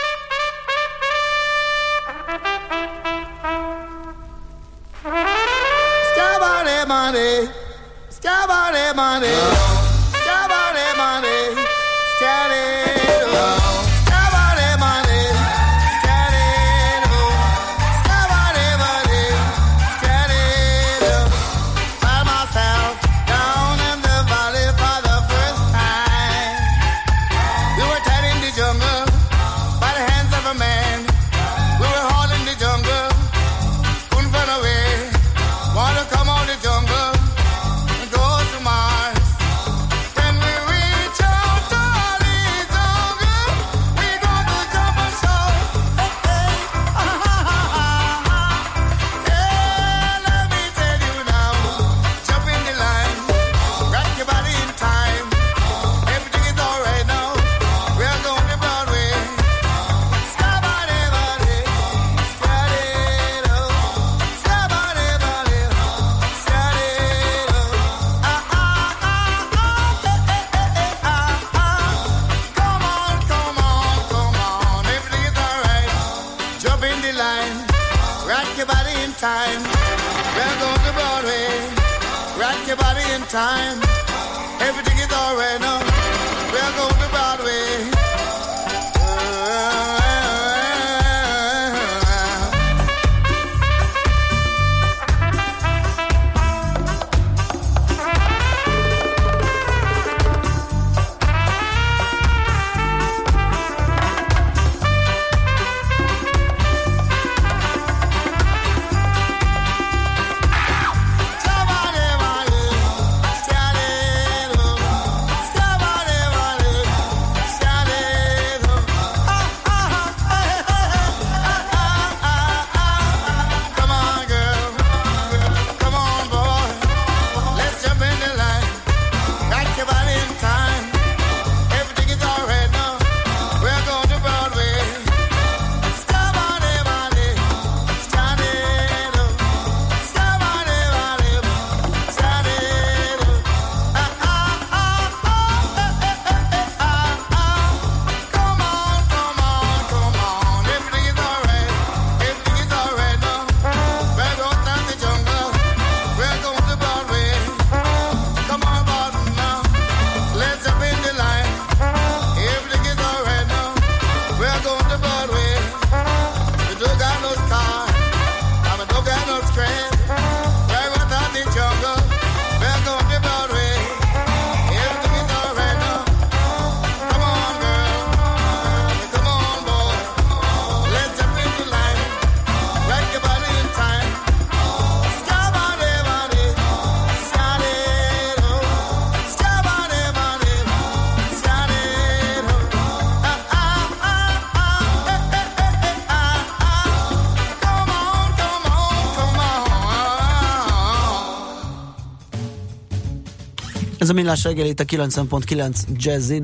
Speaker 2: Ez a Millás reggel itt a 90.9 Jazzin,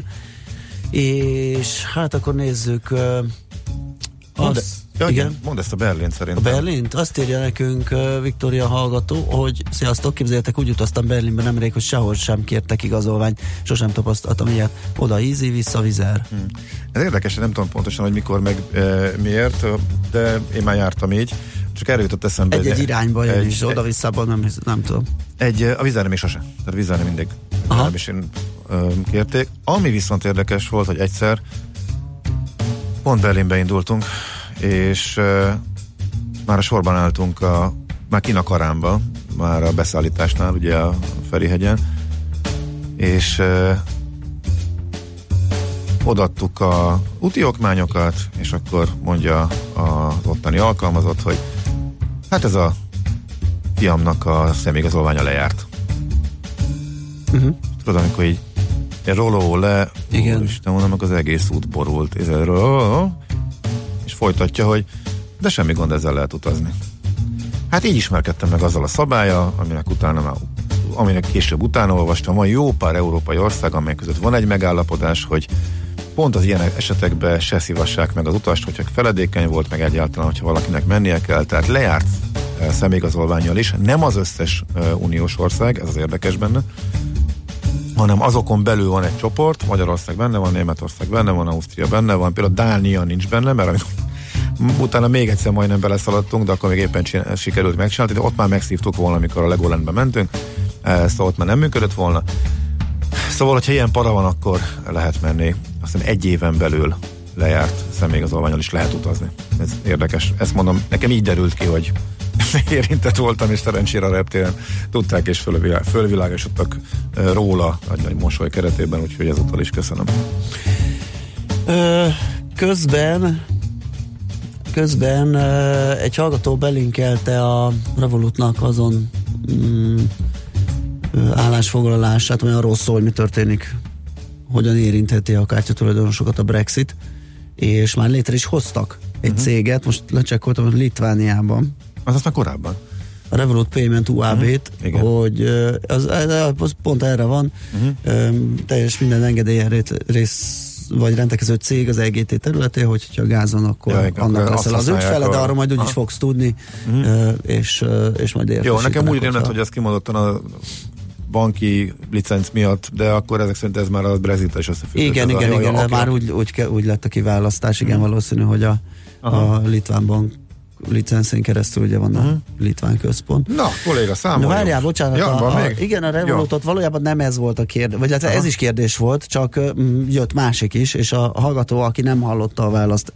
Speaker 2: és hát akkor nézzük
Speaker 3: mondd ezt a Berlint szerintem.
Speaker 2: A Berlint? Azt írja nekünk Viktória hallgató, hogy sziasztok, képzeljétek, úgy utaztam Berlinbe nemrég, hogy sehol sem kértek igazolványt, sosem tapasztaltam ilyet. Oda easy, vissza vizer.
Speaker 3: Ez érdekes, nem tudom pontosan, hogy mikor meg miért, de én már jártam így. Csak erről jutott eszembe.
Speaker 2: Egy irányba jön is, oda-visszában nem tudom.
Speaker 3: A Vizerre még sose. Tehát Vizerre mindig is kérték. Ami viszont érdekes volt, hogy egyszer pont Berlinbe indultunk, és már a sorban álltunk már kint a Karánba, már a beszállításnál, ugye a Ferihegyen, és odaadtuk a úti okmányokat, és akkor mondja az ottani alkalmazott, hogy hát ez a fiamnak a személyigazolványa lejárt. Tudod, amikor így roló le,
Speaker 2: igen.
Speaker 3: Isten mondom, az egész út borult, és folytatja, hogy de semmi gond, ezzel lehet utazni. Hát így ismerkedtem meg azzal a szabállyal, aminek utána már aminek később utána olvastam, van jó pár európai ország, amely között van egy megállapodás, hogy pont az ilyen esetekben se szívassák meg az utast, hogyha feledékeny volt, meg egyáltalán, hogyha valakinek mennie kell, tehát lejárt személyigazolvánnyal is, nem az összes uniós ország, ez az érdekes benne, hanem azokon belül van egy csoport, Magyarország benne van, Németország benne van, Ausztria benne van, például Dánia nincs benne, mert utána még egyszer majdnem beleszaladtunk, de akkor még éppen sikerült megcsinálni, de ott már megszívtuk volna, amikor a Legolandbe mentünk, szóval ott már nem működött volna. Szóval, hogyha ilyen para van, akkor lehet menni. Aztán 1 éven belül lejárt személyigazolvánnyal is lehet utazni. Ez érdekes. Ezt mondom, nekem így derült ki, hogy érintett voltam, és szerencsére a reptéren tudták, és fölvilágosodtak róla nagy mosoly keretében, úgyhogy ezúttal is köszönöm.
Speaker 2: Közben egy hallgató belinkelte a Revolutnak azon állásfoglalását, ami arról szól, hogy mi történik, hogyan érintheti a kártyatulajdonosokat a Brexit, és már létre is hoztak egy céget, most lecsekkoltam, hogy Litvániában.
Speaker 3: Az már korábban.
Speaker 2: A Revolut Payment UAB-t, hogy az pont erre van, teljes minden engedélyen vagy rendelkező cég az EGT területén, hogyha gázon, akkor annak leszel az ügyfele, de arra majd úgyis fogsz tudni, és majd értesítenek.
Speaker 3: Jó, nekem úgy rémlett, hogy ez kimondottan a banki licenc miatt, de akkor ezek szerint ez már a Brexit-tel is összefügg.
Speaker 2: Igen, már úgy lett a kiválasztás, igen, valószínű, hogy a litván bank licenszén keresztül ugye van a litván központ.
Speaker 3: Na, kolléga, számoljunk.
Speaker 2: Várjál, bocsánat. Igen, a Revolutot valójában nem ez volt a kérdés, vagy ez is kérdés volt, csak jött másik is, és a hallgató, aki nem hallotta a választ,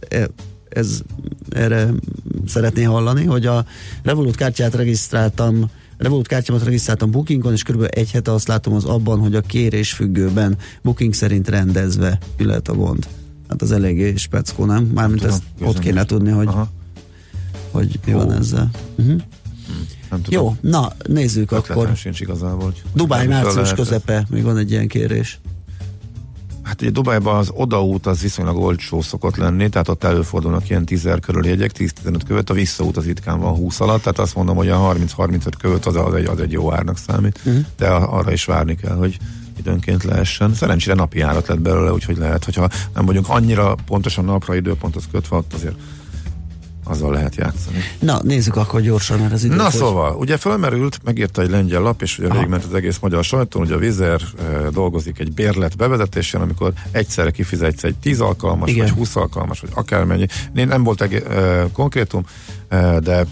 Speaker 2: erre szeretné hallani, hogy a Revolut kártyámat regisztráltam Bookingon, és kb. 1 hete azt látom az abban, hogy a kérés függőben Booking szerint rendezve ülhet a gond. Hát az eléggé speckó, nem? Mármint ezt ott kéne tudni, hogy mi van ezzel. Jó, na, nézzük akkor.
Speaker 3: Sincs igazából.
Speaker 2: Dubáj március közepe, még van egy ilyen kérés.
Speaker 3: Hát ugye Dubájban az odaút az viszonylag olcsó szokott lenni, tehát ott előfordulnak ilyen 10 000 körül jegyek, 10-15 követ, a visszaút az ritkán van 20 alatt, tehát azt mondom, hogy a 30-35 követ az egy jó árnak számít, de arra is várni kell, hogy időnként lehessen. Szerencsére napi járat lett belőle, úgyhogy lehet, hogyha nem vagyunk annyira pontosan napra időponthoz kötve, ott azért azzal lehet játszani.
Speaker 2: Na, nézzük akkor gyorsan, mert az idő.
Speaker 3: Na szóval, ugye fölmerült, megírta egy lengyel lap, és ugye végigment az egész magyar sajtón, hogy a Wizz Air dolgozik egy bérlet bevezetésén, amikor egyszerre kifizetsz egy 10 alkalmas, igen, vagy 20 alkalmas, vagy akármennyi. Nem volt konkrétum, de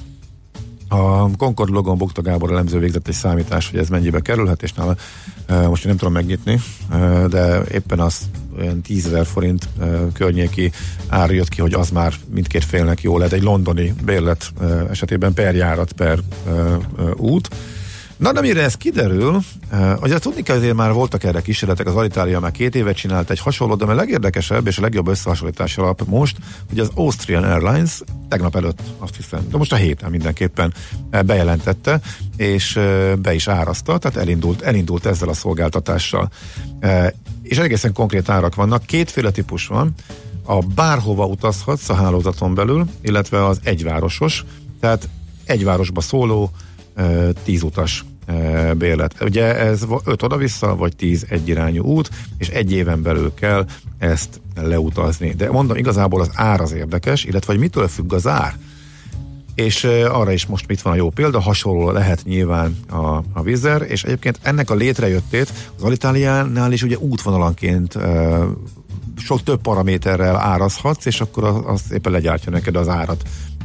Speaker 3: a Concord Logon Bukta Gábor elemző végzett egy számítás, hogy ez mennyibe kerülhet, és nála most én nem tudom megnyitni, de éppen az olyan 10 000 forint környéki ár jött ki, hogy az már mindkét félnek jó lehet egy londoni bérlet esetében per járat, per út. Na, de mire ez kiderül, hogy tudni kell, azért már voltak erre kísérletek, az Alitalia már 2 évet csinált egy hasonlót, de a legérdekesebb és a legjobb összehasonlítás alap most, hogy az Austrian Airlines tegnap előtt, azt hiszem, de most a héten mindenképpen bejelentette, és be is árazta, tehát elindult ezzel a szolgáltatással. És egészen konkrét árak vannak, 2 típus van, a bárhova utazhatsz a hálózaton belül, illetve az egyvárosos, tehát egyvárosba szóló 10 utas bérlet. Ugye ez 5 oda-vissza, vagy 10 egyirányú út, és 1 éven belül kell ezt leutazni. De mondom, igazából az ár az érdekes, illetve hogy mitől függ az ár. És arra is most mit van a jó példa, hasonló lehet nyilván a Wizz Air, és egyébként ennek a létrejöttét az Alitaliánál is ugye útvonalanként sok több paraméterrel árazhatsz, és akkor az éppen legyártja neked az árat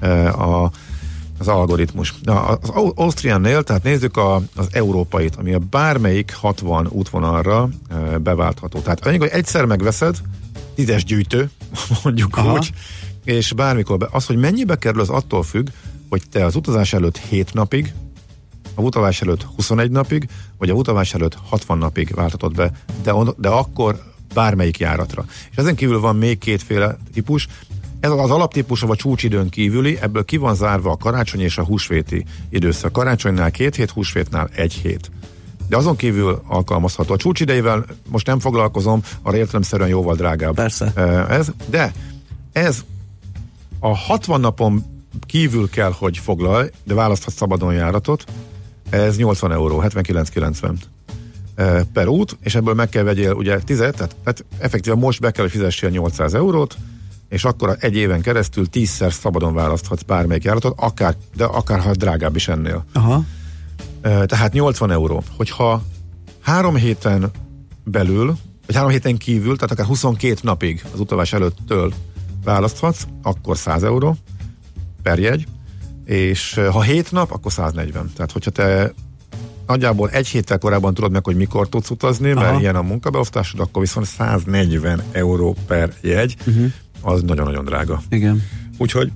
Speaker 3: az algoritmus. Az Austriannél, tehát nézzük az európait, ami a bármelyik 60 útvonalra beváltható. Tehát annyi, hogy egyszer megveszed, 10-es gyűjtő, mondjuk úgy, és bármikor az, hogy mennyibe kerül, az attól függ, hogy te az utazás előtt 7 napig, a utazás előtt 21 napig, vagy a utazás előtt 60 napig váltatod be, de akkor bármelyik járatra. És ezen kívül van még 2 típus. Ez az alaptípusa a csúcsidőn kívüli, ebből ki van zárva a karácsony és a húsvéti időszak. Karácsonynál 2 hét, húsvétnál 1 hét. De azon kívül alkalmazható. A csúcsidejével most nem foglalkozom, arra értelemszerűen jóval drágább.
Speaker 2: Persze.
Speaker 3: De ez a 60 napon kívül kell, hogy foglalj, de választhatsz szabadon járatot, Ez 80 euró, 79,90 per út, és ebből meg kell vegyél ugye 10, tehát effektíven most be kell, hogy fizessél 800 eurót, és akkor egy éven keresztül 10-szer szabadon választhatsz bármelyik járatot, akár ha drágább is ennél.
Speaker 2: Aha.
Speaker 3: Tehát 80 euró. Hogyha 3 héten belül, vagy 3 héten kívül, tehát akár 22 napig az utazás előttől választhatsz, akkor 100 euró per jegy, és ha 7 nap, akkor 140. Tehát hogyha te nagyjából egy héttel korábban tudod meg, hogy mikor tudsz utazni, mert ilyen a munkabeosztásod, akkor viszont 140 euró per jegy, az nagyon-nagyon drága.
Speaker 2: Igen.
Speaker 3: Úgyhogy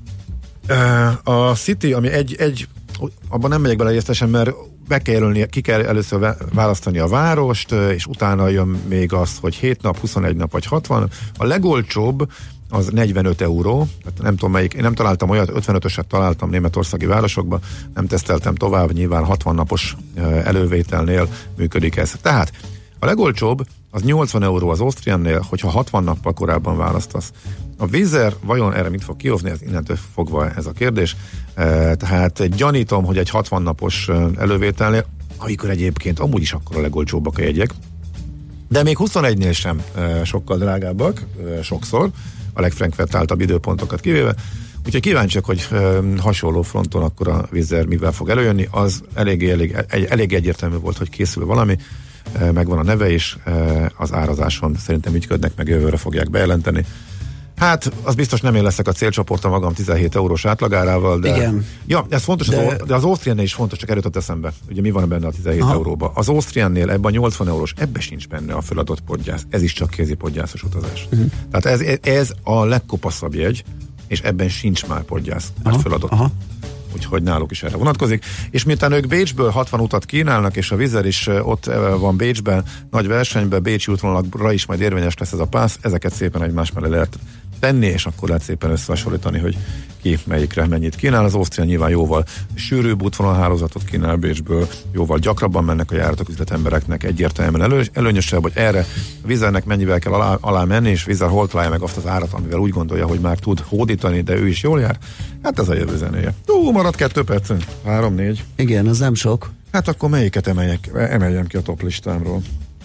Speaker 3: a City, ami abban nem megyek bele részletesen, mert ki kell először választani a várost, és utána jön még az, hogy 7 nap, 21 nap vagy 60. A legolcsóbb az 45 euró, hát nem tudom melyik, én nem találtam olyat, 55-öset találtam németországi városokba, nem teszteltem tovább, nyilván 60 napos elővételnél működik ez. Tehát a legolcsóbb az 80 euró az Austriannél, hogyha 60 nappal korábban választasz. A Wizz Air vajon erre mit fog kihozni, ez innentől fogva ez a kérdés. Tehát gyanítom, hogy egy 60 napos elővételnél, amikor egyébként amúgy is akkor a legolcsóbbak a jegyek, de még 21-nél sem sokkal drágábbak, sokszor, a legfrekventáltabb időpontokat kivéve. Úgyhogy kíváncsiak, hogy hasonló fronton akkor a Wizz Air mivel fog előjönni. Az elég egyértelmű volt, hogy készül valami, megvan a neve is, az árazáson szerintem ügyködnek, meg jövőre fogják bejelenteni. Hát, az biztos nem én leszek a célcsoportra magam 17 eurós átlagárával, de... Igen. Ja, ez fontos, de az Austriannél is fontos, csak erőt eszembe. Ugye mi van benne a 17 euróba? Az Austriannél ebben a 80 eurós, ebbe sincs benne a feladott podgyász. Ez is csak kézi podgyászos utazás. Tehát ez a legkopaszabb jegy, és ebben sincs már podgyász, mert feladott. Úgyhogy náluk is erre vonatkozik. És miután ők Bécsből 60 utat kínálnak, és a Wizz Air is ott van Bécsben, nagy versenyben, bécsi útvonalakra is majd érvényes lesz ez a pász, ezeket szépen egymás mellé lehet tenni, és akkor lehet szépen összehasonlítani, hogy ki melyikre mennyit kínál. Az Ausztria nyilván jóval sűrűbb útvonalhálózatot kínál Bécsből, jóval gyakrabban mennek a járatok üzletembereknek, egyértelműen előnyösebb, hogy erre a Wizz Airnek mennyivel kell alá menni, és Wizz Air hol találja meg azt az árat, amivel úgy gondolja, hogy már tud hódítani, de ő is jól jár. Hát ez a jövő zenéje. Marad 2 percünk. 3-4.
Speaker 2: Igen, az nem sok.
Speaker 3: Hát akkor melyiket emeljem ki a top listámról?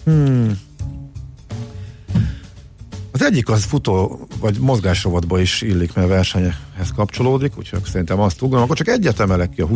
Speaker 3: Az egyik az futó, vagy mozgásrovatba is illik, mert versenyhez kapcsolódik, úgyhogy szerintem azt ugrom. Akkor csak egyet emelek ki, a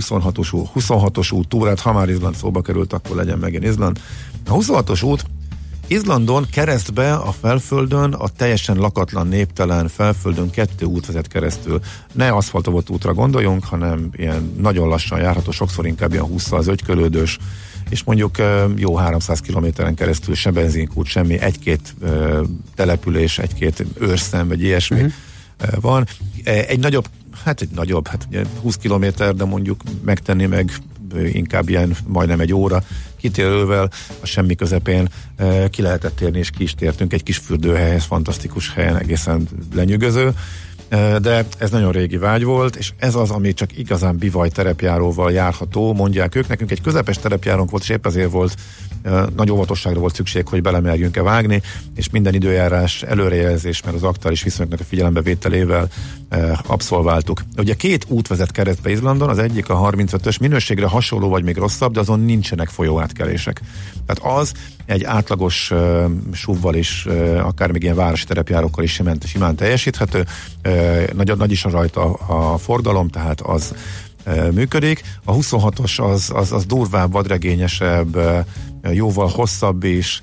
Speaker 3: 26-os út túrát, ha már Izland szóba került, akkor legyen megint Izland. A 26-os út Izlandon keresztbe a felföldön, a teljesen lakatlan, néptelen felföldön 2 út vezet keresztül. Ne aszfaltozott útra gondoljunk, hanem ilyen nagyon lassan járható, sokszor inkább ilyen 20-szal ögykölődős, és mondjuk jó 300 kilométeren keresztül se benzinkút, semmi, 1-2 település, 1-2 őrszem, vagy ilyesmi van. Egy nagyobb, ugye 20 kilométer, de mondjuk megtenni meg inkább ilyen majdnem 1 óra kitérővel, a semmi közepén ki lehetett térni, és ki is tértünk egy kis fürdőhelyhez, fantasztikus helyen, egészen lenyűgöző. De ez nagyon régi vágy volt, és ez az, ami csak igazán bivaj terepjáróval járható, mondják ők. Nekünk egy közepes terepjárónk volt, és épp ezért volt nagy óvatosságra volt szükség, hogy belemerjünk-e vágni, és minden időjárás előrejelzés, mert az aktuális viszonyoknak a figyelembevételével abszolváltuk. Ugye 2 út vezet keresztbe Izlandon, az egyik a 35-ös, minőségre hasonló vagy még rosszabb, de azon nincsenek folyóátkelések. Tehát az egy átlagos SUV-val is, akár még ilyen városi terepjárókkal is simán teljesíthető. Nagy is a rajta a forgalom, tehát az működik. A 26-os az durvább, vadregényesebb, jóval hosszabb is,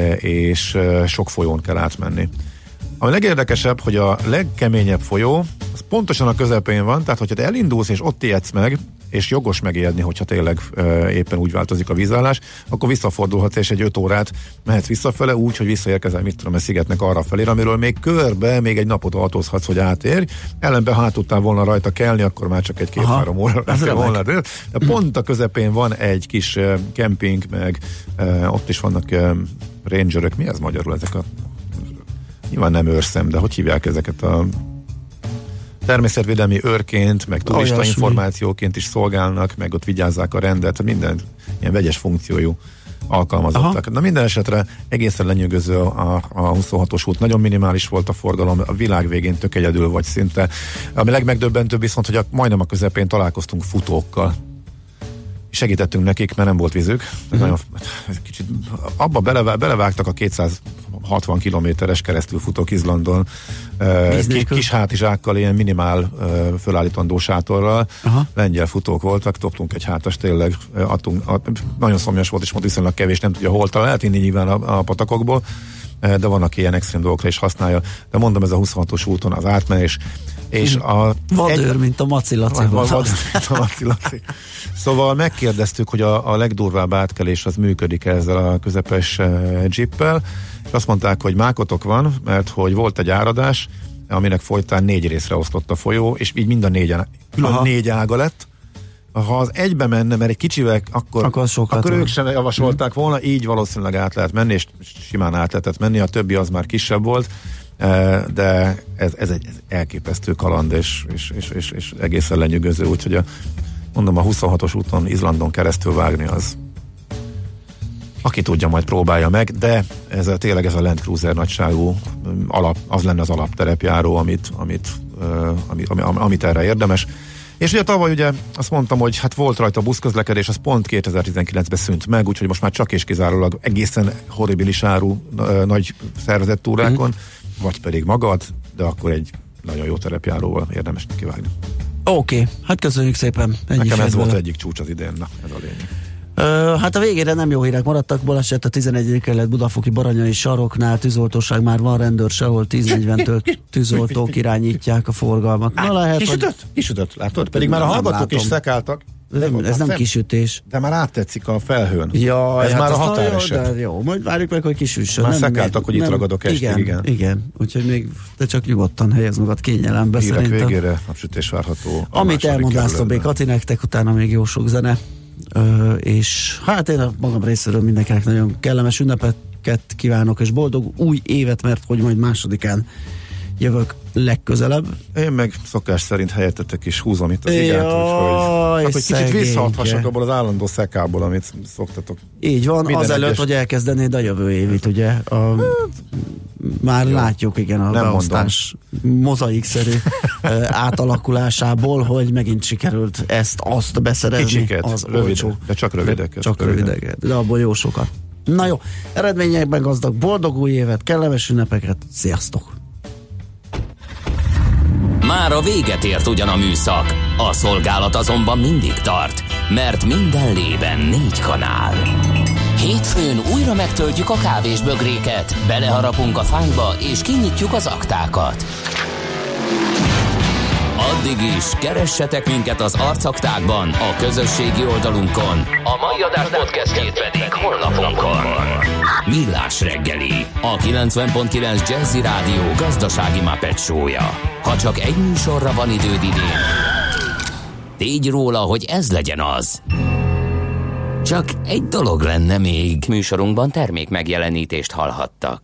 Speaker 3: és sok folyón kell átmenni. A legérdekesebb, hogy a legkeményebb folyó, az pontosan a közepén van, tehát hogyha te elindulsz és ott ijedsz meg, és jogos megijedni, hogyha tényleg éppen úgy változik a vízállás, akkor visszafordulhatsz, és egy 5 órát mehetsz visszafele, úgy, hogy visszaérkezel, a szigetnek arra felé, amiről még körbe, még egy napot autózhatsz, hogy átérj. Ellenben, ha tudtál volna rajta kelni, akkor már csak 1-2-3 óra lettél volna. De pont a közepén van egy kis kemping, meg ott is vannak rangerök. Mi ez magyarul ezek a... Nyilván nem őrszem, de hogy hívják ezeket a természetvédelmi őrként, meg turista információként is szolgálnak, meg ott vigyázzák a rendet, minden ilyen vegyes funkciójú alkalmazottak. Aha. Na minden esetre egészen lenyűgöző a 26-os út, nagyon minimális volt a forgalom, a világ végén tök egyedül vagy szinte. Ami legmegdöbbentőbb viszont, hogy majdnem a közepén találkoztunk futókkal. És segítettünk nekik, mert nem volt vízük. Nagyon, kicsit abba belevágtak a 260 kilométeres keresztülfutó Izlandon kis hátizsákkal, ilyen minimál fölállítandó sátorral. Aha. Lengyel futók voltak, toptunk egy hátas, tényleg nagyon szomjas volt, és viszonylag kevés, nem tudja hol talán, lehet inni nyilván a patakokból, de vannak ilyen extrém dolgokra is használja. De mondom, ez a 26-os úton az átmenés, és
Speaker 2: vadőr, mint a Maci Laci.
Speaker 3: Szóval megkérdeztük, hogy a legdurvább átkelés az működik ezzel a közepes jeeppel, és azt mondták, hogy mákotok van, mert hogy volt egy áradás, aminek folytán 4 részre osztott a folyó, és így mind a 4 ága lett. Ha az egybe menne, mert egy kicsivel, akkor ők sem javasolták volna, így valószínűleg át lehet menni, és simán át lehetett menni, a többi az már kisebb volt, de ez egy elképesztő kaland, és egészen lenyűgöző, úgyhogy mondom, a 26-os úton Izlandon keresztül vágni az aki tudja, majd próbálja meg, de tényleg ez a Land Cruiser nagyságú az lenne az alapterepjáró, amit erre érdemes. És ugye tavaly ugye azt mondtam, hogy hát volt rajta a buszközlekedés, az pont 2019-ben szűnt meg, úgyhogy most már csak és kizárólag egészen horribilis áru nagy szervezett túrákon, vagy pedig magad, de akkor egy nagyon jó terepjáróval érdemes kivágni.
Speaker 2: Oké, hát köszönjük szépen.
Speaker 3: Nekem ez volt egyik csúcs az idén, na ez a lényeg.
Speaker 2: Hát a végére nem jó hírek maradtak, baleset a 11. kerület Budafoki Baranyai saroknál, tűzoltóság már van, rendőr sehol, 10:40-től tűzoltók irányítják a forgalmat. Na lehet,
Speaker 3: kisütött, látod? Pedig már a hallgatók is szekáltak.
Speaker 2: Ez nem kisütés.
Speaker 3: De már áttetszik a felhőn.
Speaker 2: Ja,
Speaker 3: ez hát már a határeset.
Speaker 2: Jó, majd várjuk meg, hogy kisüssön.
Speaker 3: Már szekáltak, hogy itt ragadok estig,
Speaker 2: igen. Úgyhogy még te csak nyugodtan helyez magad kényelembe szerintem.
Speaker 3: Végére napsütés várható.
Speaker 2: Amit elmondás Tombé Kati nektek, utána még jó sok zene. És hát én a magam részéről mindenkinek nagyon kellemes ünnepeket kívánok, és boldog új évet, mert hogy majd 2-án jövök legközelebb.
Speaker 3: Én meg szokás szerint helyettetek is húzom itt az igát, úgyhogy kicsit visszaadhassak abból az állandó szekából, amit szoktatok.
Speaker 2: Így van, azelőtt, hogy elkezdenéd a jövő évit, ugye? Már jó, látjuk, igen, a beosztás mozaikszerű átalakulásából, hogy megint sikerült azt beszerezni.
Speaker 3: Kicsiket,
Speaker 2: az
Speaker 3: olcsó. De csak rövideket.
Speaker 2: Csak rövideket, de abból jó sokat. Na jó, eredményekben gazdag, boldog új évet, kellemes ünnepeket, sziasztok!
Speaker 1: Már a véget ért ugyan a műszak, a szolgálat azonban mindig tart, mert minden lében 4 kanál. Hétfőn újra megtöltjük a kávésbögréket, beleharapunk a fányba és kinyitjuk az aktákat. Addig is keressetek minket az arcaktákban, a közösségi oldalunkon. A mai adás podcastjét pedig honlapunkon. Millás reggeli, a 90.9 Jazzy Rádió gazdasági Muppet show-ja. Ha csak egy műsorra van időd idén, tégy róla, hogy ez legyen az. Csak egy dolog lenne még. Műsorunkban termék megjelenítést hallhattak.